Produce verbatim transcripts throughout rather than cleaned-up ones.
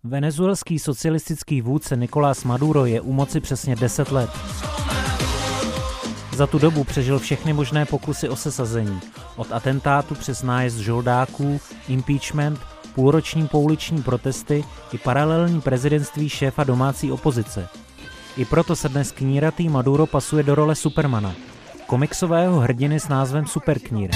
Venezuelský socialistický vůdce Nicolás Maduro je u moci přesně deset let. Za tu dobu přežil všechny možné pokusy o sesazení, od atentátu přes nájezd žoldáků, impeachment, půlroční pouliční protesty i paralelní prezidentství šéfa domácí opozice. I proto se dnes kníratý Maduro pasuje do role Supermana, komiksového hrdiny s názvem Superknír.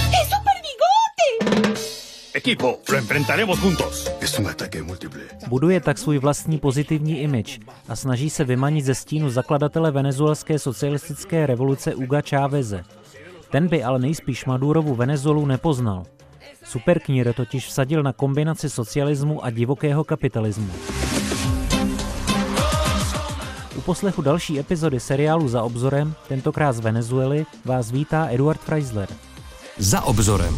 Equipo, lo enfrentaremos juntos. Es un ataque múltiple. Buduje tak svůj vlastní pozitivní image a snaží se vymanit ze stínu zakladatele venezuelské socialistické revoluce Huga Cháveze. Ten by ale nejspíš Madurovu Venezuelu nepoznal. Superknír totiž vsadil na kombinaci socialismu a divokého kapitalismu. U poslechu další epizody seriálu Za obzorem, tentokrát z Venezuely, vás vítá Eduard Freisler. Za obzorem.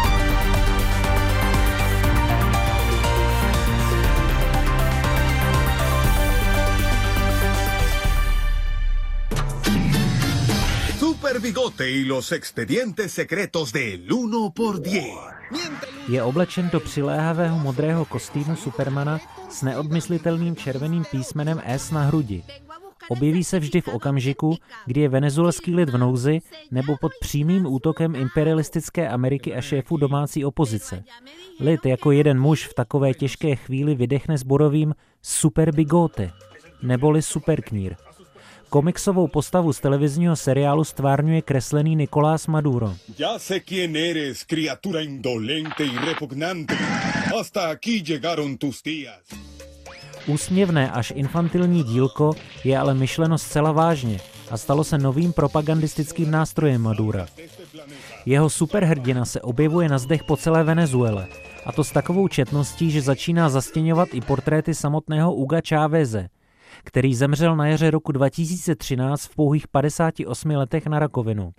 Super Bigote y los expedientes secretos del uno por diez. Je oblečen do přiléhavého modrého kostýmu Supermana s neodmyslitelným červeným písmenem S na hrudi. Objeví se vždy v okamžiku, kdy je venezuelský lid v nouzi nebo pod přímým útokem imperialistické Ameriky a šéfů domácí opozice. Lid jako jeden muž v takové těžké chvíli vydechne s bodovým Super Bigote, neboli Superknír. Komiksovou postavu z televizního seriálu stvárňuje kreslený Nicolás Maduro. Ya sé quién eres, criatura indolente y repugnante. Hasta aquí llegaron tus días. Úsměvné až infantilní dílko je ale myšleno zcela vážně a stalo se novým propagandistickým nástrojem Madura. Jeho superhrdina se objevuje na zdech po celé Venezuele, a to s takovou četností, že začíná zastěňovat i portréty samotného Huga Cháveze, který zemřel na jaře roku dva tisíce třináct v pouhých padesáti osmi letech na rakovinu.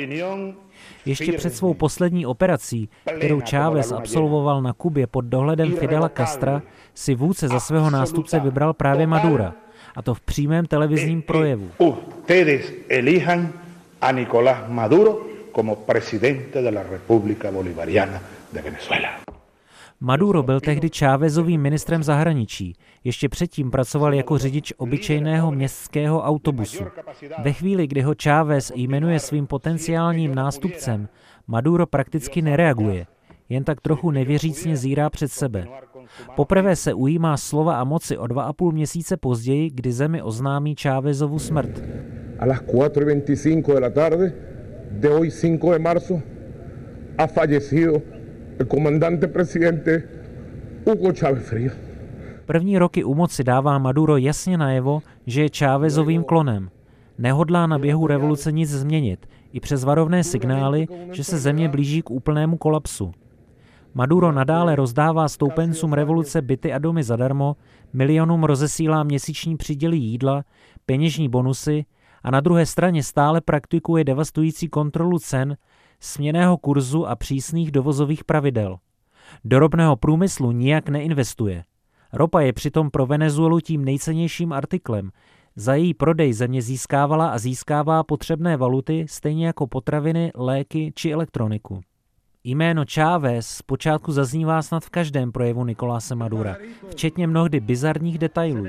Ještě před svou poslední operací, kterou Chávez absolvoval na Kubě pod dohledem Fidela Castra, si vůdce za svého nástupce vybral právě Madura, a to v přímém televizním projevu. Ustedes elijan a Nicolás Maduro como presidente de la República Bolivariana de Venezuela. Maduro byl tehdy Chávezovým ministrem zahraničí. Ještě předtím pracoval jako řidič obyčejného městského autobusu. Ve chvíli, kdy ho Chávez jmenuje svým potenciálním nástupcem, Maduro prakticky nereaguje. Jen tak trochu nevěřícně zírá před sebe. Poprvé se ujímá slova a moci o dva a půl měsíce později, kdy zemi oznámí Chávezovu smrt. A las cuatro y veinticinco de la tarde de hoy cinco de marzo ha fallecido el comandante presidente Hugo Chávez Frías. První roky u moci dává Maduro jasně najevo, že je Chávezovým klonem. Nehodlá na běhu revoluce nic změnit, i přes varovné signály, že se země blíží k úplnému kolapsu. Maduro nadále rozdává stoupencům revoluce byty a domy zadarmo, milionům rozesílá měsíční příděly jídla, peněžní bonusy a na druhé straně stále praktikuje devastující kontrolu cen, směnného kurzu a přísných dovozových pravidel. Do ropného průmyslu nijak neinvestuje. Ropa je přitom pro Venezuelu tím nejcennějším artiklem. Za její prodej země získávala a získává potřebné valuty, stejně jako potraviny, léky či elektroniku. Jméno Chávez zpočátku zaznívá snad v každém projevu Nicoláse Madura, včetně mnohdy bizarních detailů.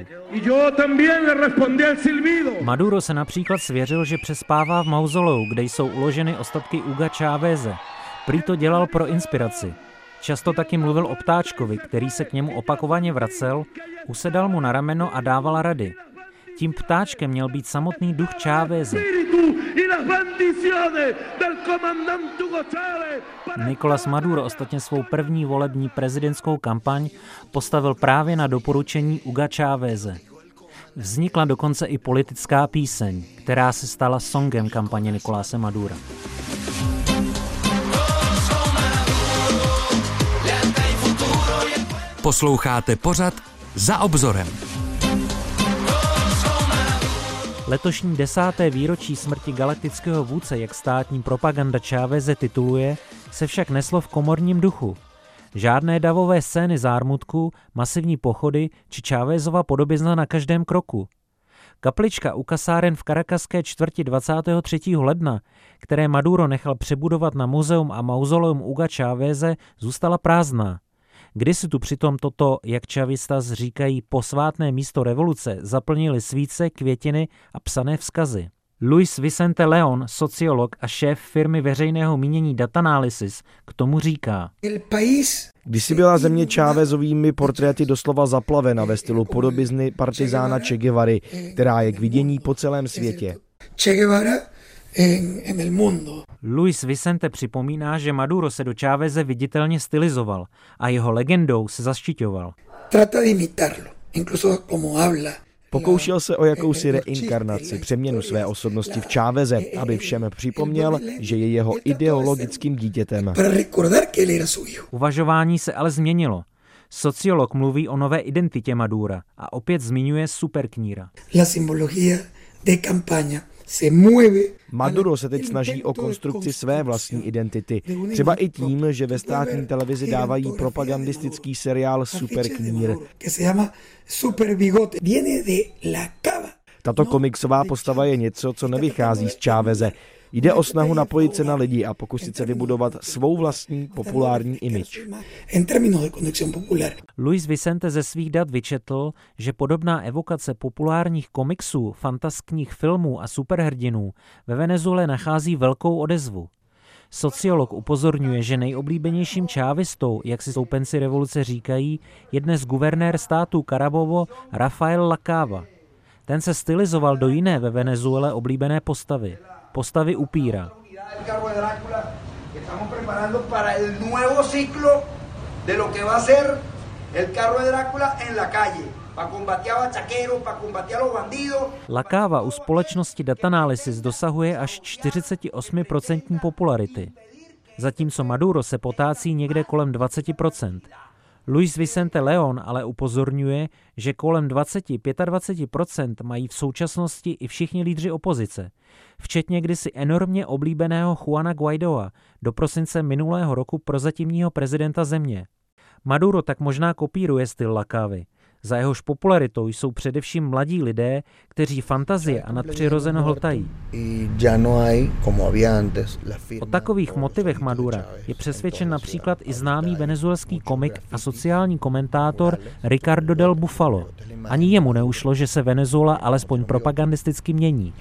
Maduro se například svěřil, že přespává v mauzoleu, kde jsou uloženy ostatky Huga Cháveze. Prý to dělal pro inspiraci. Často taky mluvil o ptáčkovi, který se k němu opakovaně vracel, usedal mu na rameno a dával rady. Tím ptáčkem měl být samotný duch Cháveze. Nicolás Maduro ostatně svou první volební prezidentskou kampaň postavil právě na doporučení Huga Cháveze. Vznikla dokonce i politická píseň, která se stala songem kampaně Nicoláse Madura. Posloucháte pořad Za obzorem. Letošní desáté výročí smrti galaktického vůdce, jak státní propaganda Cháveze tituluje, se však neslo v komorním duchu. Žádné davové scény zármutku, masivní pochody či Chávezova podobizna na každém kroku. Kaplička u kasáren v karakaské čtvrti dvacátého třetího ledna, které Maduro nechal přebudovat na muzeum a mauzoleum Huga Cháveze, zůstala prázdná. Kdysi tu přitom toto, jak Chavistas říkají, posvátné místo revoluce zaplnili svíce, květiny a psané vzkazy. Luis Vicente León, sociolog a šéf firmy veřejného mínění Dataanalysis, k tomu říká. Kdysi byla země Chávezovými portréty doslova zaplavena ve stylu podobizny partizána Che Guevary, která je k vidění po celém světě. Che Guevara en el mundo. Luis Vicente připomíná, že Maduro se do Cháveze viditelně stylizoval a jeho legendou se zaštiťoval. Trata de imitarlo, incluso como habla. Pokoušel se o jakousi reinkarnaci, přeměnu své osobnosti v Cháveze, aby všem připomněl, že je jeho ideologickým dítětem. Uvažování se ale změnilo. Sociolog mluví o nové identitě Madura a opět zmiňuje superkníra. La simbología de campaña se mueve. Maduro se teď snaží o konstrukci své vlastní identity. Třeba i tím, že ve státní televizi dávají propagandistický seriál Superknír. Tato komiksová postava je něco, co nevychází z Cháveze. Jde o snahu napojit se na lidi a pokusit se vybudovat svou vlastní populární image. Luis Vicente ze svých dat vyčetl, že podobná evokace populárních komiksů, fantaskních filmů a superhrdinů ve Venezuele nachází velkou odezvu. Sociolog upozorňuje, že nejoblíbenějším chávistou, jak si stoupenci revoluce říkají, je dnes guvernér státu Carabobo Rafael Lacava. Ten se stylizoval do jiné ve Venezuele oblíbené postavy. Postavy upíra. Lacava u společnosti Dataanalysis dosahuje až čtyřicet osm procent popularity, zatímco Maduro se potácí někde kolem dvacet procent. Luis Vicente León ale upozorňuje, že kolem dvacet až dvacet pět procent mají v současnosti i všichni lídři opozice, včetně kdysi enormně oblíbeného Juana Guaidoa, do prosince minulého roku prozatímního prezidenta země. Maduro tak možná kopíruje styl Lacavy. Za jehož popularitou jsou především mladí lidé, kteří fantazie a nadpřirozeno hltají. O takových motivech Madura je přesvědčen například i známý venezuelský komik a sociální komentátor Ricardo del Bufalo. Ani jemu neušlo, že se Venezuela alespoň propagandisticky mění.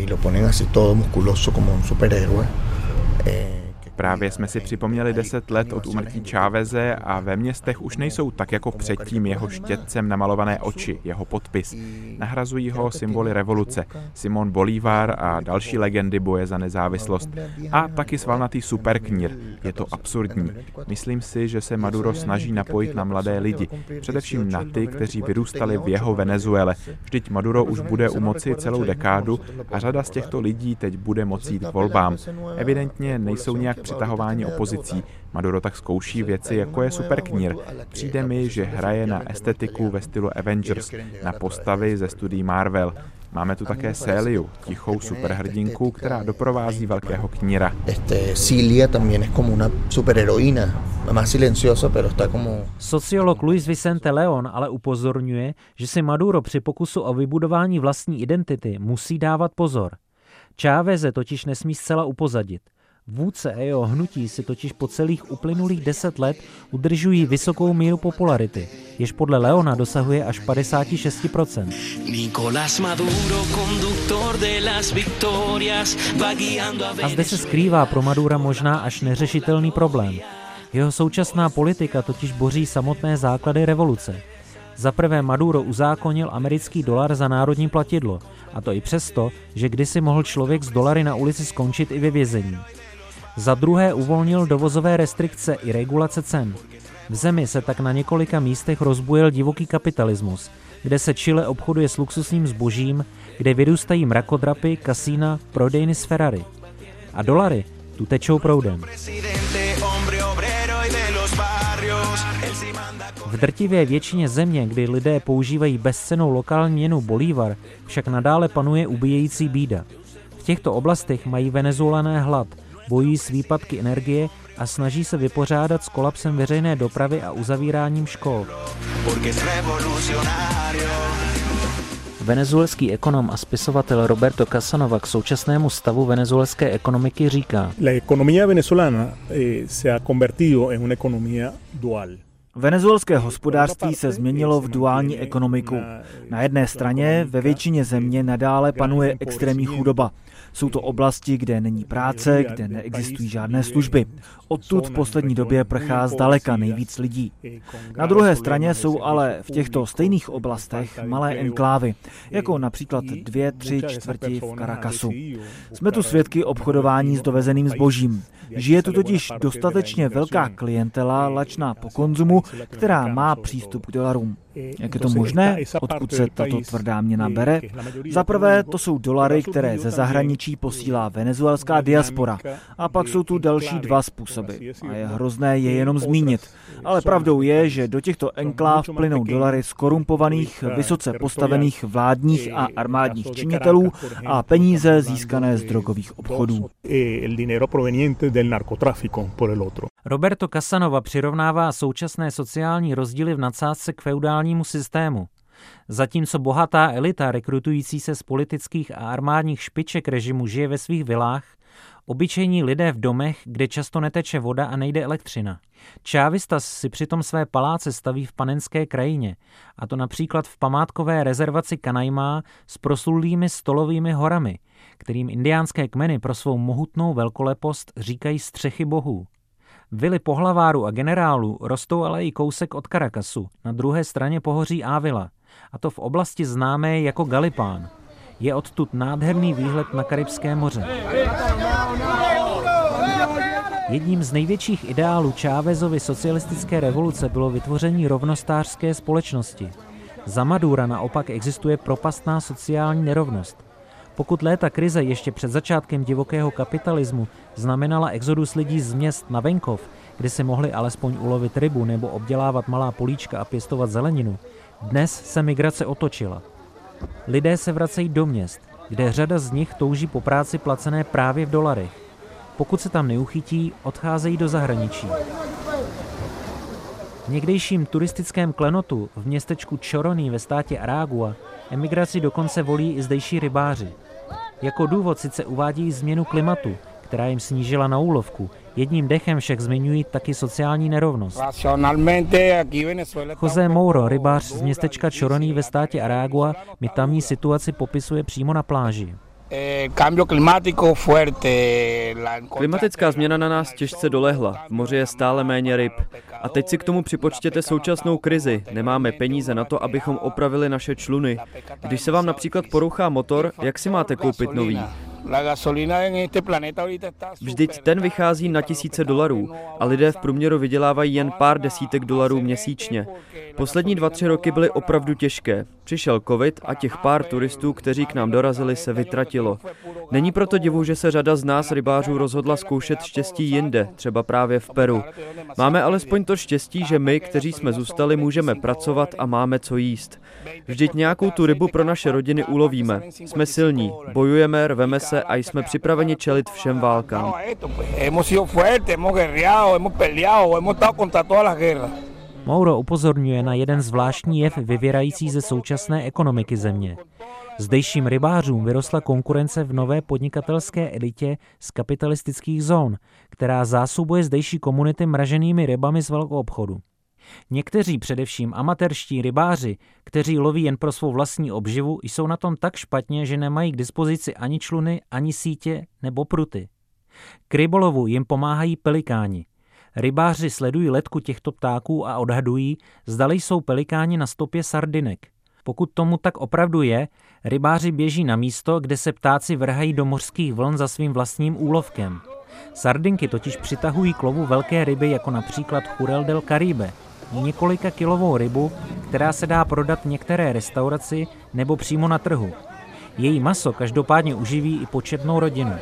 Právě jsme si připomněli deset let od úmrtí Cháveze a ve městech už nejsou tak jako předtím jeho štětcem namalované oči, jeho podpis. Nahrazují ho symboly revoluce, Simón Bolívar a další legendy boje za nezávislost. A taky svalnatý superknír. Je to absurdní. Myslím si, že se Maduro snaží napojit na mladé lidi, především na ty, kteří vyrůstali v jeho Venezuele. Vždyť Maduro už bude u moci celou dekádu a řada z těchto lidí teď bude moci jít k volbám. Evidentně nejsou nějak přitahování opozicí. Maduro tak zkouší věci, jako je superknír. Přijde mi, že hraje na estetiku ve stylu Avengers, na postavy ze studií Marvel. Máme tu také Céliu, tichou superhrdinku, která doprovází velkého kníra. Celia también es como una superheroína, más silenciosa, pero está como... Sociolog Luis Vicente León ale upozorňuje, že si Maduro při pokusu o vybudování vlastní identity musí dávat pozor. Cháveze totiž nesmí zcela upozadit. Vůdce a jeho hnutí si totiž po celých uplynulých deset let udržují vysokou míru popularity, jež podle Leona dosahuje až padesát šest procent. A zde se skrývá pro Madura možná až neřešitelný problém. Jeho současná politika totiž boří samotné základy revoluce. Za prvé Maduro uzákonil americký dolar za národní platidlo, a to i přesto, že kdysi mohl člověk z dolary na ulici skončit i ve vězení. Za druhé uvolnil dovozové restrikce i regulace cen. V zemi se tak na několika místech rozbujel divoký kapitalismus, kde se Chile obchoduje s luxusním zbožím, kde vyrůstají mrakodrapy, kasína, prodejny z Ferrari. A dolary tu tečou proudem. V drtivé většině země, kdy lidé používají bezcennou lokální měnu bolívar, však nadále panuje ubíjející bída. V těchto oblastech mají Venezuelané hlad, bojují s výpadky energie a snaží se vypořádat s kolapsem veřejné dopravy a uzavíráním škol. Venezuelský ekonom a spisovatel Roberto Casanova k současnému stavu venezuelské ekonomiky říká: La economía venezolana eh, se ha convertido en una economía dual. Venezuelské hospodářství se změnilo v duální ekonomiku. Na jedné straně ve většině země nadále panuje extrémní chudoba. Jsou to oblasti, kde není práce, kde neexistují žádné služby. Odtud v poslední době prchá zdaleka nejvíc lidí. Na druhé straně jsou ale v těchto stejných oblastech malé enklávy, jako například dvě, tři čtvrti v Caracasu. Jsme tu svědky obchodování s dovezeným zbožím. Žije tu totiž dostatečně velká klientela lačná po konzumu, která má přístup k dolarům. Jak je to možné? Odkud se tato tvrdá měna bere? Za prvé, to jsou dolary, které ze zahraničí posílá venezuelská diaspora. A pak jsou tu další dva způsoby. A je hrozné je jenom zmínit. Ale pravdou je, že do těchto enkláv plynou dolary z korumpovaných, vysoce postavených vládních a armádních činitelů a peníze získané z drogových obchodů. Roberto Casanova přirovnává současné sociální rozdíly v nadsázce k feudálnímu systému. Zatímco bohatá elita rekrutující se z politických a armádních špiček režimu žije ve svých vilách, obyčejní lidé v domech, kde často neteče voda a nejde elektřina. Chávistas si přitom své paláce staví v panenské krajině, a to například v památkové rezervaci Canaima s proslulými stolovými horami, kterým indiánské kmeny pro svou mohutnou velkolepost říkají střechy bohů. Vily pohlaváru a generálů rostou ale i kousek od Caracasu, na druhé straně pohoří Ávila, a to v oblasti známé jako Galipán. Je odtud nádherný výhled na Karibské moře. Jedním z největších ideálů Chávezovy socialistické revoluce bylo vytvoření rovnostářské společnosti. Za Madura naopak existuje propastná sociální nerovnost. Pokud léta krize ještě před začátkem divokého kapitalismu znamenala exodus lidí z měst na venkov, kde si mohli alespoň ulovit rybu nebo obdělávat malá políčka a pěstovat zeleninu, dnes se migrace otočila. Lidé se vracejí do měst, kde řada z nich touží po práci placené právě v dolarech. Pokud se tam neuchytí, odcházejí do zahraničí. V někdejším turistickém klenotu v městečku Choroní ve státě Aragua emigraci dokonce volí i zdejší rybáři. Jako důvod sice uvádějí změnu klimatu, která jim snížila na úlovku. Jedním dechem však zmiňují taky sociální nerovnost. José Mouro, rybář z městečka Choroní ve státě Aragua, mi tamní situaci popisuje přímo na pláži. Klimatická změna na nás těžce dolehla, v moři je stále méně ryb. A teď si k tomu připočtěte současnou krizi. Nemáme peníze na to, abychom opravili naše čluny. Když se vám například porouchá motor, jak si máte koupit nový? Vždyť ten vychází na tisíce dolarů a lidé v průměru vydělávají jen pár desítek dolarů měsíčně. Poslední dva, tři roky byly opravdu těžké. Přišel covid a těch pár turistů, kteří k nám dorazili, se vytratilo. Není proto divu, že se řada z nás rybářů rozhodla zkoušet štěstí jinde, třeba právě v Peru. Máme alespoň to štěstí, že my, kteří jsme zůstali, můžeme pracovat a máme co jíst. Vždyť nějakou tu rybu pro naše rodiny ulovíme. Jsme silní, bojujeme, rveme se a jsme připraveni čelit všem válkám. Mouro upozorňuje na jeden zvláštní jev vyvěrající ze současné ekonomiky země. Zdejším rybářům vyrostla konkurence v nové podnikatelské elitě z kapitalistických zón, která zásobuje zdejší komunity mraženými rybami z velkoobchodu. Někteří především amatérští rybáři, kteří loví jen pro svou vlastní obživu, jsou na tom tak špatně, že nemají k dispozici ani čluny, ani sítě nebo pruty. K rybolovu jim pomáhají pelikáni. Rybáři sledují letku těchto ptáků a odhadují, zdali jsou pelikáni na stopě sardinek. Pokud tomu tak opravdu je, rybáři běží na místo, kde se ptáci vrhají do mořských vln za svým vlastním úlovkem. Sardinky totiž přitahují k lovu velké ryby, jako například Jurel del Caribe, několika kilovou rybu, která se dá prodat některé restauraci nebo přímo na trhu. Její maso každopádně uživí i početnou rodinu.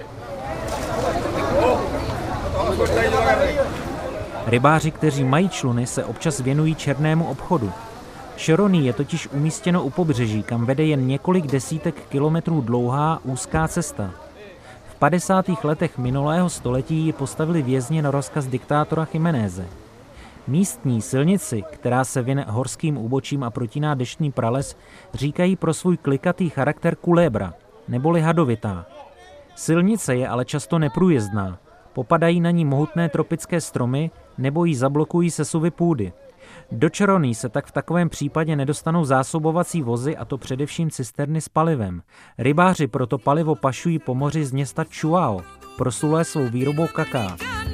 Rybáři, kteří mají čluny, se občas věnují černému obchodu. Choroní je totiž umístěno u pobřeží, kam vede jen několik desítek kilometrů dlouhá úzká cesta. V padesátých letech minulého století ji postavili vězni na rozkaz diktátora Jiméneze. Místní silnici, která se vyne horským úbočím a protíná deštný prales, říkají pro svůj klikatý charakter kulébra, neboli hadovitá. Silnice je ale často neprůjezdná. Popadají na ní mohutné tropické stromy nebo ji zablokují sesuvy půdy. Do Choroní se tak v takovém případě nedostanou zásobovací vozy, a to především cisterny s palivem. Rybáři proto palivo pašují po moři z města Chuao, proslulé svou výrobou kaká.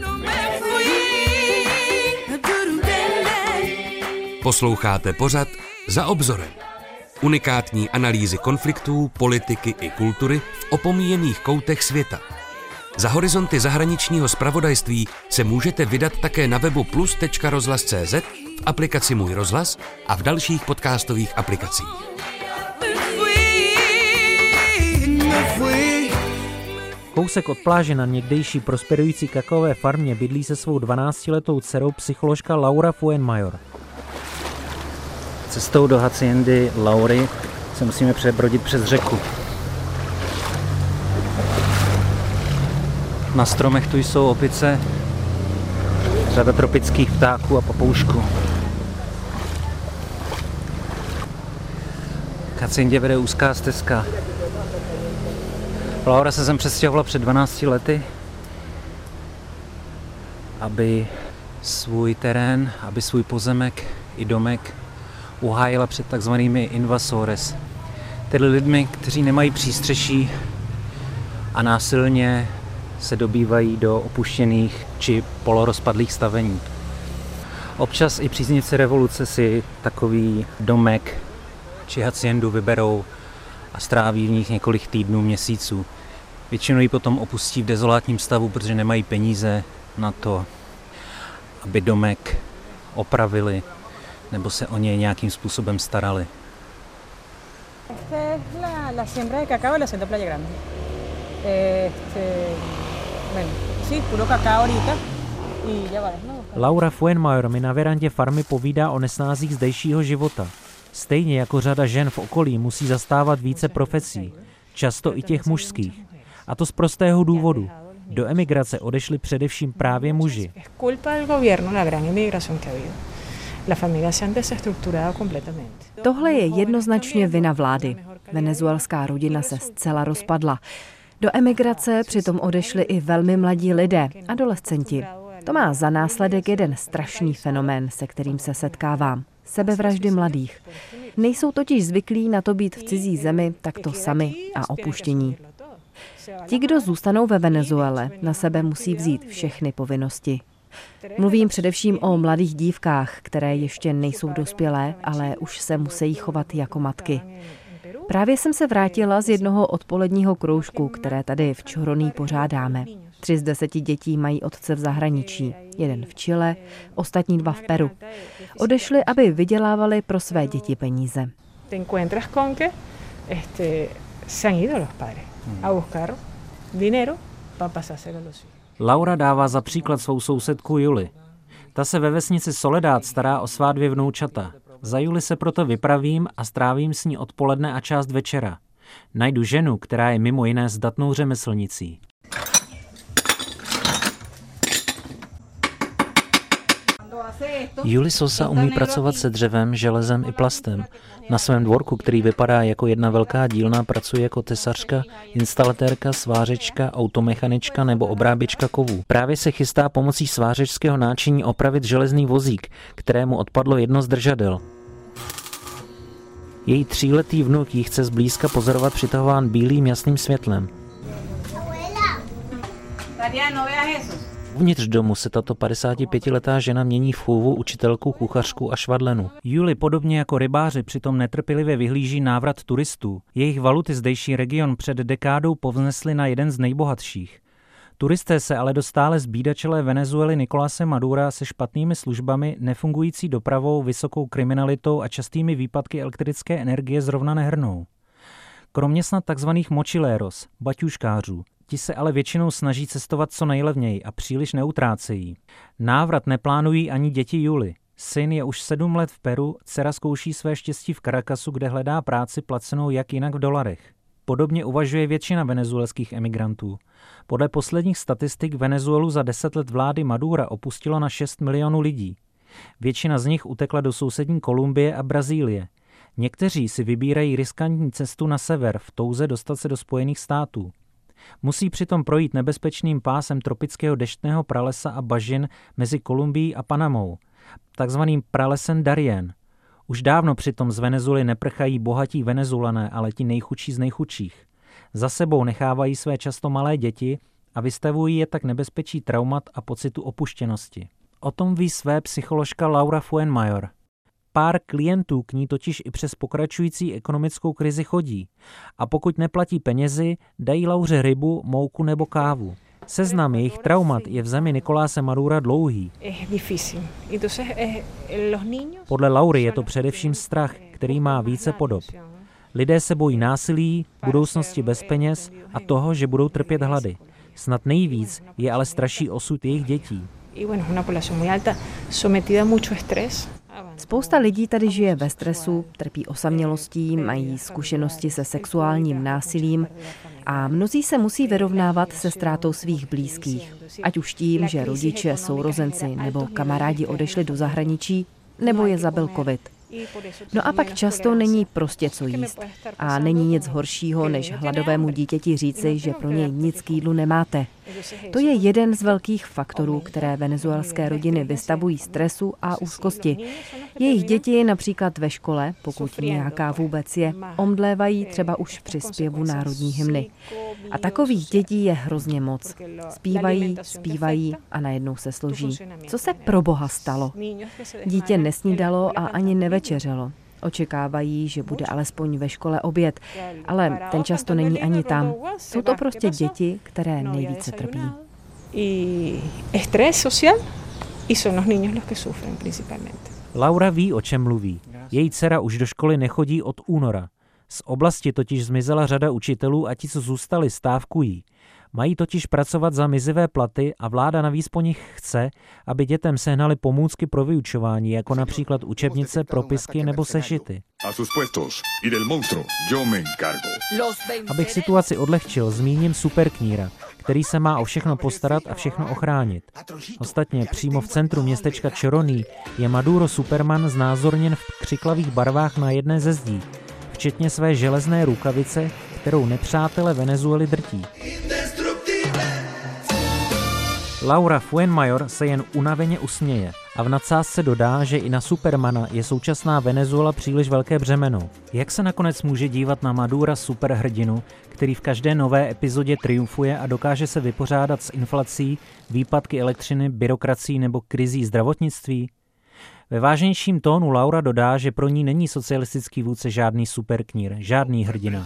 Posloucháte pořad Za obzorem. Unikátní analýzy konfliktů, politiky i kultury v opomíjených koutech světa. Za horizonty zahraničního zpravodajství se můžete vydat také na webu plus tečka rozhlas tečka cé zet, v aplikaci Můj rozhlas a v dalších podcastových aplikacích. Kousek od pláže na někdejší prosperující kakaové farmě bydlí se svou dvanáctiletou dcerou psycholožka Laura Fuenmayor. Cestou do haciendy Laury se musíme přebrodit přes řeku. Na stromech tu jsou opice, řada tropických ptáků a papoušků. K haciendě vede úzká stezka. Laura se sem přestěhovala před dvanácti lety, aby svůj terén, aby svůj pozemek i domek uhájila před takzvanými invasores, tedy lidmi, kteří nemají přístřeší a násilně se dobývají do opuštěných či polorozpadlých stavení. Občas i příznivci revoluce si takový domek či haciendu vyberou a stráví v nich několik týdnů, měsíců. Většinou ji potom opustí v dezolátním stavu, protože nemají peníze na to, aby domek opravili nebo se o něj nějakým způsobem starali. Laura Fuenmayor mi na verandě farmy povídá o nesnázích zdejšího života. Stejně jako řada žen v okolí musí zastávat více profesí, často i těch mužských. A to z prostého důvodu. Do emigrace odešli především právě muži. Tohle je jednoznačně vina vlády. Venezuelská rodina se zcela rozpadla. Do emigrace přitom odešli i velmi mladí lidé, adolescenti. To má za následek jeden strašný fenomén, se kterým se setkávám. Sebevraždy mladých. Nejsou totiž zvyklí na to být v cizí zemi takto sami a opuštění. Ti, kdo zůstanou ve Venezuele, na sebe musí vzít všechny povinnosti. Mluvím především o mladých dívkách, které ještě nejsou dospělé, ale už se musí chovat jako matky. Právě jsem se vrátila z jednoho odpoledního kroužku, které tady v Choroní pořádáme. Tři z deseti dětí mají otce v zahraničí, jeden v Chile, ostatní dva v Peru. Odešli, aby vydělávali pro své děti peníze. Laura dává za příklad svou sousedku Juli. Ta se ve vesnici Soledad stará o svá dvě vnoučata. Za Juli se proto vypravím a strávím s ní odpoledne a část večera. Najdu ženu, která je mimo jiné zdatnou řemeslnicí. Juli Sosa umí pracovat se dřevem, železem i plastem. Na svém dvorku, který vypadá jako jedna velká dílna, pracuje jako tesařka, instalatérka, svářečka, automechanička nebo obráběčka kovů. Právě se chystá pomocí svářečského náčiní opravit železný vozík, kterému odpadlo jedno z držadel. Její tříletý vnuk jí chce zblízka pozorovat přitahován bílým jasným světlem. Uvnitř domu se tato padesátipětiletá žena mění v chůvu, učitelku, kuchařku a švadlenu. Juli podobně jako rybáři přitom netrpělivě vyhlíží návrat turistů. Jejich valuty zdejší region před dekádou povznesly na jeden z nejbohatších. Turisté se ale do stále zbídačelé Venezuely Nicolase Madura se špatnými službami, nefungující dopravou, vysokou kriminalitou a častými výpadky elektrické energie zrovna nehrnou. Kromě snad takzvaných mochileros, baťuškářů, ti se ale většinou snaží cestovat co nejlevněji a příliš neutrácejí. Návrat neplánují ani děti Juli. Syn je už sedm let v Peru, dcera zkouší své štěstí v Caracasu, kde hledá práci placenou jak jinak v dolarech. Podobně uvažuje většina venezuelských emigrantů. Podle posledních statistik Venezuelu za deset let vlády Madura opustilo na šest milionů lidí. Většina z nich utekla do sousední Kolumbie a Brazílie. Někteří si vybírají riskantní cestu na sever v touze dostat se do Spojených států. Musí přitom projít nebezpečným pásem tropického deštného pralesa a bažin mezi Kolumbií a Panamou. takzvaným pralesem Darien. Už dávno přitom z Venezuely neprchají bohatí Venezulané, ale ti nejchudší z nejchudších. Za sebou nechávají své často malé děti a vystavují je tak nebezpečí traumat a pocitu opuštěnosti. O tom ví své psycholožka Laura Fuenmayor. Pár klientů k ní totiž i přes pokračující ekonomickou krizi chodí a pokud neplatí penězi, dají Lauře rybu, mouku nebo kávu. Seznam jejich traumat je v zemi Nicoláse Madura dlouhý. Podle Laury je to především strach, který má více podob. Lidé se bojí násilí, budoucnosti bez peněz a toho, že budou trpět hlady. Snad nejvíc je ale straší osud jejich dětí. Spousta lidí tady žije ve stresu, trpí osamělostí, mají zkušenosti se sexuálním násilím a mnozí se musí vyrovnávat se ztrátou svých blízkých. Ať už tím, že rodiče, sourozenci nebo kamarádi odešli do zahraničí, nebo je zabil covid. No a pak často není prostě co jíst. A není nic horšího, než hladovému dítěti říci, že pro něj nic k jídlu nemáte. To je jeden z velkých faktorů, které venezuelské rodiny vystavují stresu a úzkosti. Jejich děti například ve škole, pokud nějaká vůbec je, omdlévají třeba už při zpěvu národní hymny. A takových dětí je hrozně moc. Zpívají, zpívají a najednou se složí. Co se pro Boha stalo? Dítě nesnídalo a ani nevečeřelo. Očekávají, že bude alespoň ve škole oběd, ale ten často není ani tam. Jsou to prostě děti, které nejvíce trpí. Laura ví, o čem mluví. Její dcera už do školy nechodí od února. Z oblasti totiž zmizela řada učitelů a ti, co zůstali, stávkují. Mají totiž pracovat za mizivé platy a vláda navíc po nich chce, aby dětem sehnali pomůcky pro vyučování, jako například učebnice, propisky nebo sešity. Abych situaci odlehčil, zmíním superkníra, který se má o všechno postarat a všechno ochránit. Ostatně přímo v centru městečka Choroní je Maduro Superman znázorněn v křiklavých barvách na jedné ze zdí, včetně své železné rukavice, kterou nepřátelé Venezuely drtí. Laura Fuenmayor se jen unaveně usměje a v nadsázce dodá, že i na Supermana je současná Venezuela příliš velké břemeno. Jak se nakonec může dívat na Madura superhrdinu, který v každé nové epizodě triumfuje a dokáže se vypořádat s inflací, výpadky elektřiny, byrokracií nebo krizí zdravotnictví? Ve vážnějším tónu Laura dodá, že pro ní není socialistický vůdce žádný superknír, žádný hrdina.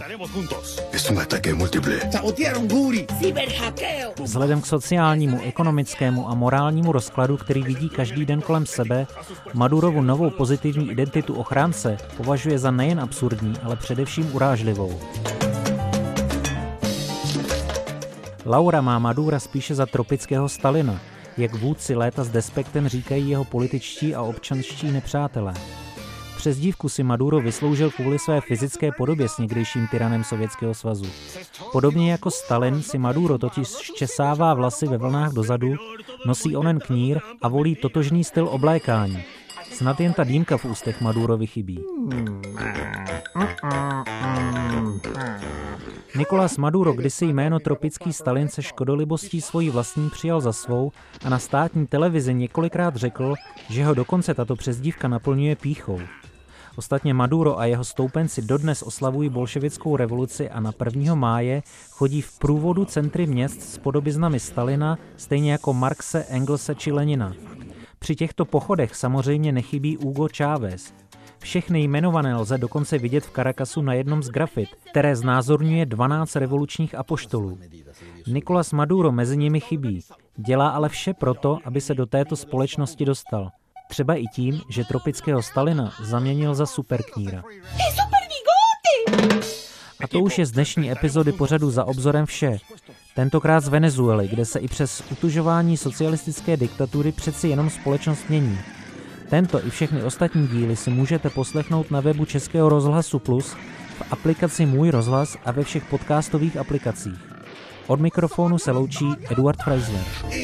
Vzhledem k sociálnímu, ekonomickému a morálnímu rozkladu, který vidí každý den kolem sebe, Madurovu novou pozitivní identitu ochránce považuje za nejen absurdní, ale především urážlivou. Laura má Madura spíše za tropického Stalina, jak vůdci léta s despektem říkají jeho političtí a občanští nepřátelé. Přezdívku si Maduro vysloužil kvůli své fyzické podobě s někdejším tyranem Sovětského svazu. Podobně jako Stalin si Maduro totiž ščesává vlasy ve vlnách dozadu, nosí onen knír a volí totožný styl oblékání. Snad jen ta dýmka v ústech Madurovi chybí. Nicolás Maduro kdysi jméno tropický Stalin se škodolibostí svojí vlastní přijal za svou a na státní televizi několikrát řekl, že ho dokonce tato přezdívka naplňuje pýchou. Ostatně Maduro a jeho stoupenci dodnes oslavují bolševickou revoluci a na prvního máje chodí v průvodu centry měst s podobiznami Stalina, stejně jako Marxe, Engelse či Lenina. Při těchto pochodech samozřejmě nechybí Hugo Chávez. Všechny jmenované lze dokonce vidět v Caracasu na jednom z grafit, které znázorňuje dvanáct revolučních apoštolů. Nicolás Maduro mezi nimi chybí, dělá ale vše proto, aby se do této společnosti dostal. Třeba i tím, že tropického Stalina zaměnil za superkníra. A to už je z dnešní epizody pořadu Za obzorem vše. Tentokrát z Venezuely, kde se i přes utužování socialistické diktatury přeci jenom společnost mění. Tento i všechny ostatní díly si můžete poslechnout na webu Českého rozhlasu Plus, v aplikaci Můj rozhlas a ve všech podcastových aplikacích. Od mikrofonu se loučí Eduard Freisler.